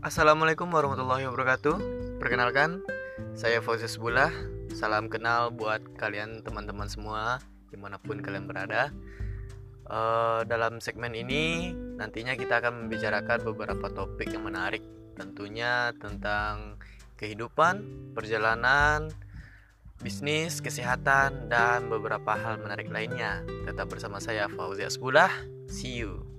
Assalamualaikum warahmatullahi wabarakatuh. Perkenalkan, saya Fauzi Bulah. Salam kenal buat kalian teman-teman semua dimanapun kalian berada. Dalam segmen ini nantinya kita akan membicarakan beberapa topik yang menarik, tentunya tentang kehidupan, perjalanan, bisnis, kesehatan, dan beberapa hal menarik lainnya. Tetap bersama saya Fauzi Bulah. See you.